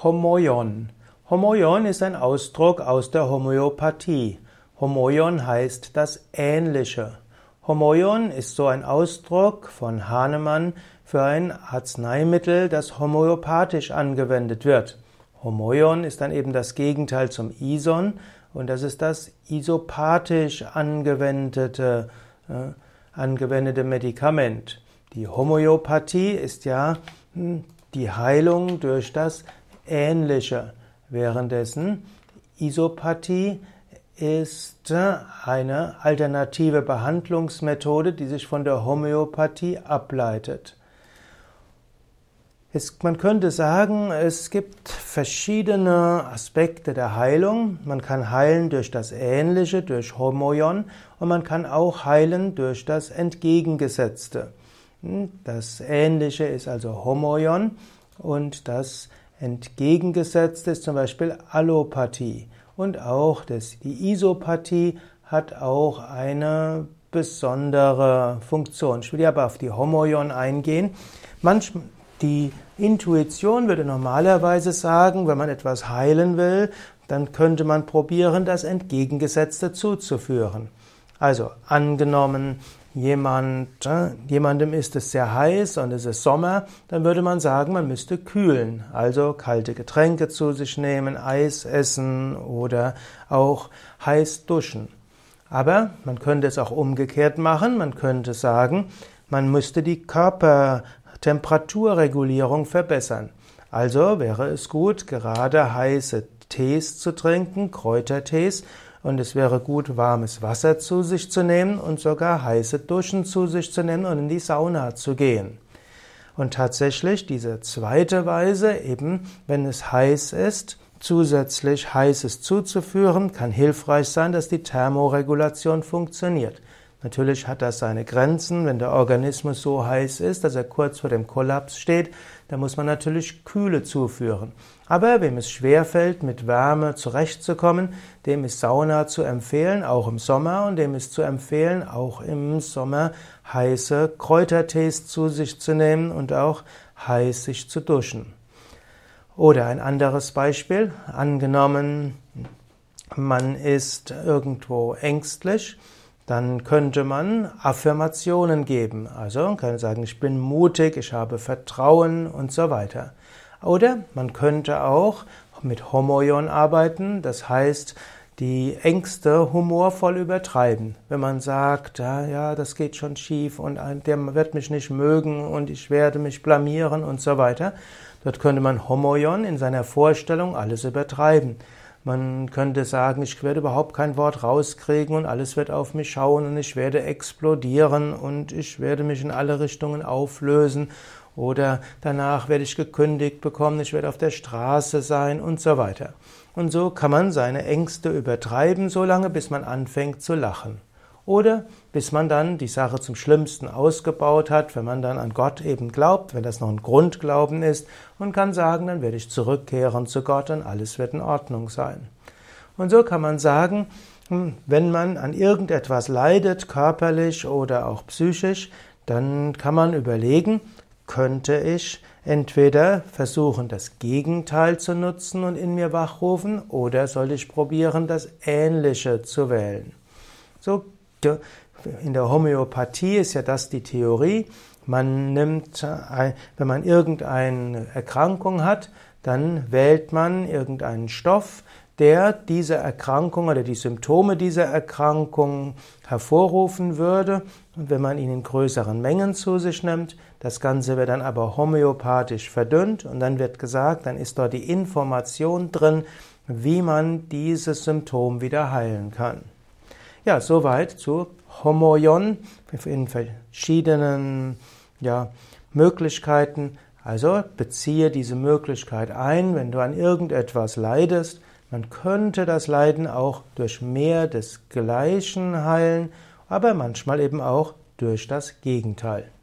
Homoion. Homoion ist ein Ausdruck aus der Homöopathie. Homoion heißt das Ähnliche. Homoion ist so ein Ausdruck von Hahnemann für ein Arzneimittel, das homöopathisch angewendet wird. Homoion ist dann eben das Gegenteil zum Ison und das ist das isopathisch angewendete Medikament. Die Homöopathie ist ja die Heilung durch das Ähnliche, währenddessen Isopathie ist eine alternative Behandlungsmethode, die sich von der Homöopathie ableitet. Man könnte sagen, es gibt verschiedene Aspekte der Heilung. Man kann heilen durch das Ähnliche, durch Homoion, und man kann auch heilen durch das Entgegengesetzte. Das Ähnliche ist also Homoion und das Entgegengesetzte ist zum Beispiel Allopathie. Und auch die Isopathie hat auch eine besondere Funktion. Ich will hier aber auf die Homoion eingehen. Die Intuition würde normalerweise sagen, wenn man etwas heilen will, dann könnte man probieren, das Entgegengesetzte zuzuführen. Also angenommen, jemandem ist es sehr heiß und es ist Sommer, dann würde man sagen, man müsste kühlen, also kalte Getränke zu sich nehmen, Eis essen oder auch heiß duschen. Aber man könnte es auch umgekehrt machen, man könnte sagen, man müsste die Körpertemperaturregulierung verbessern. Also wäre es gut, gerade heiße Tees zu trinken, Kräutertees, und es wäre gut, warmes Wasser zu sich zu nehmen und sogar heiße Duschen zu sich zu nehmen und in die Sauna zu gehen. Und tatsächlich diese zweite Weise, eben wenn es heiß ist, zusätzlich Heißes zuzuführen, kann hilfreich sein, dass die Thermoregulation funktioniert. Natürlich hat das seine Grenzen, wenn der Organismus so heiß ist, dass er kurz vor dem Kollaps steht, da muss man natürlich Kühle zuführen. Aber wem es schwerfällt, mit Wärme zurechtzukommen, dem ist Sauna zu empfehlen, auch im Sommer, und dem ist zu empfehlen, auch im Sommer heiße Kräutertees zu sich zu nehmen und auch heiß sich zu duschen. Oder ein anderes Beispiel, angenommen, man ist irgendwo ängstlich, dann könnte man Affirmationen geben. Also man kann sagen, ich bin mutig, ich habe Vertrauen und so weiter. Oder man könnte auch mit Homoion arbeiten, das heißt, die Ängste humorvoll übertreiben. Wenn man sagt, ja, das geht schon schief und der wird mich nicht mögen und ich werde mich blamieren und so weiter. Dort könnte man Homoion in seiner Vorstellung alles übertreiben. Man könnte sagen, ich werde überhaupt kein Wort rauskriegen und alles wird auf mich schauen und ich werde explodieren und ich werde mich in alle Richtungen auflösen oder danach werde ich gekündigt bekommen, ich werde auf der Straße sein und so weiter. Und so kann man seine Ängste übertreiben, solange bis man anfängt zu lachen. Oder bis man dann die Sache zum Schlimmsten ausgebaut hat, wenn man dann an Gott eben glaubt, wenn das noch ein Grundglauben ist, und kann sagen, dann werde ich zurückkehren zu Gott und alles wird in Ordnung sein. Und so kann man sagen, wenn man an irgendetwas leidet, körperlich oder auch psychisch, dann kann man überlegen, könnte ich entweder versuchen, das Gegenteil zu nutzen und in mir wachrufen, oder soll ich probieren, das Ähnliche zu wählen. So, in der Homöopathie ist ja das die Theorie. Man nimmt, wenn man irgendeine Erkrankung hat, dann wählt man irgendeinen Stoff, der diese Erkrankung oder die Symptome dieser Erkrankung hervorrufen würde. Und wenn man ihn in größeren Mengen zu sich nimmt, das Ganze wird dann aber homöopathisch verdünnt und dann wird gesagt, dann ist dort die Information drin, wie man dieses Symptom wieder heilen kann. Ja, soweit zu Homoion in verschiedenen Möglichkeiten. Also beziehe diese Möglichkeit ein, wenn du an irgendetwas leidest. Man könnte das Leiden auch durch mehr des Gleichen heilen, aber manchmal eben auch durch das Gegenteil.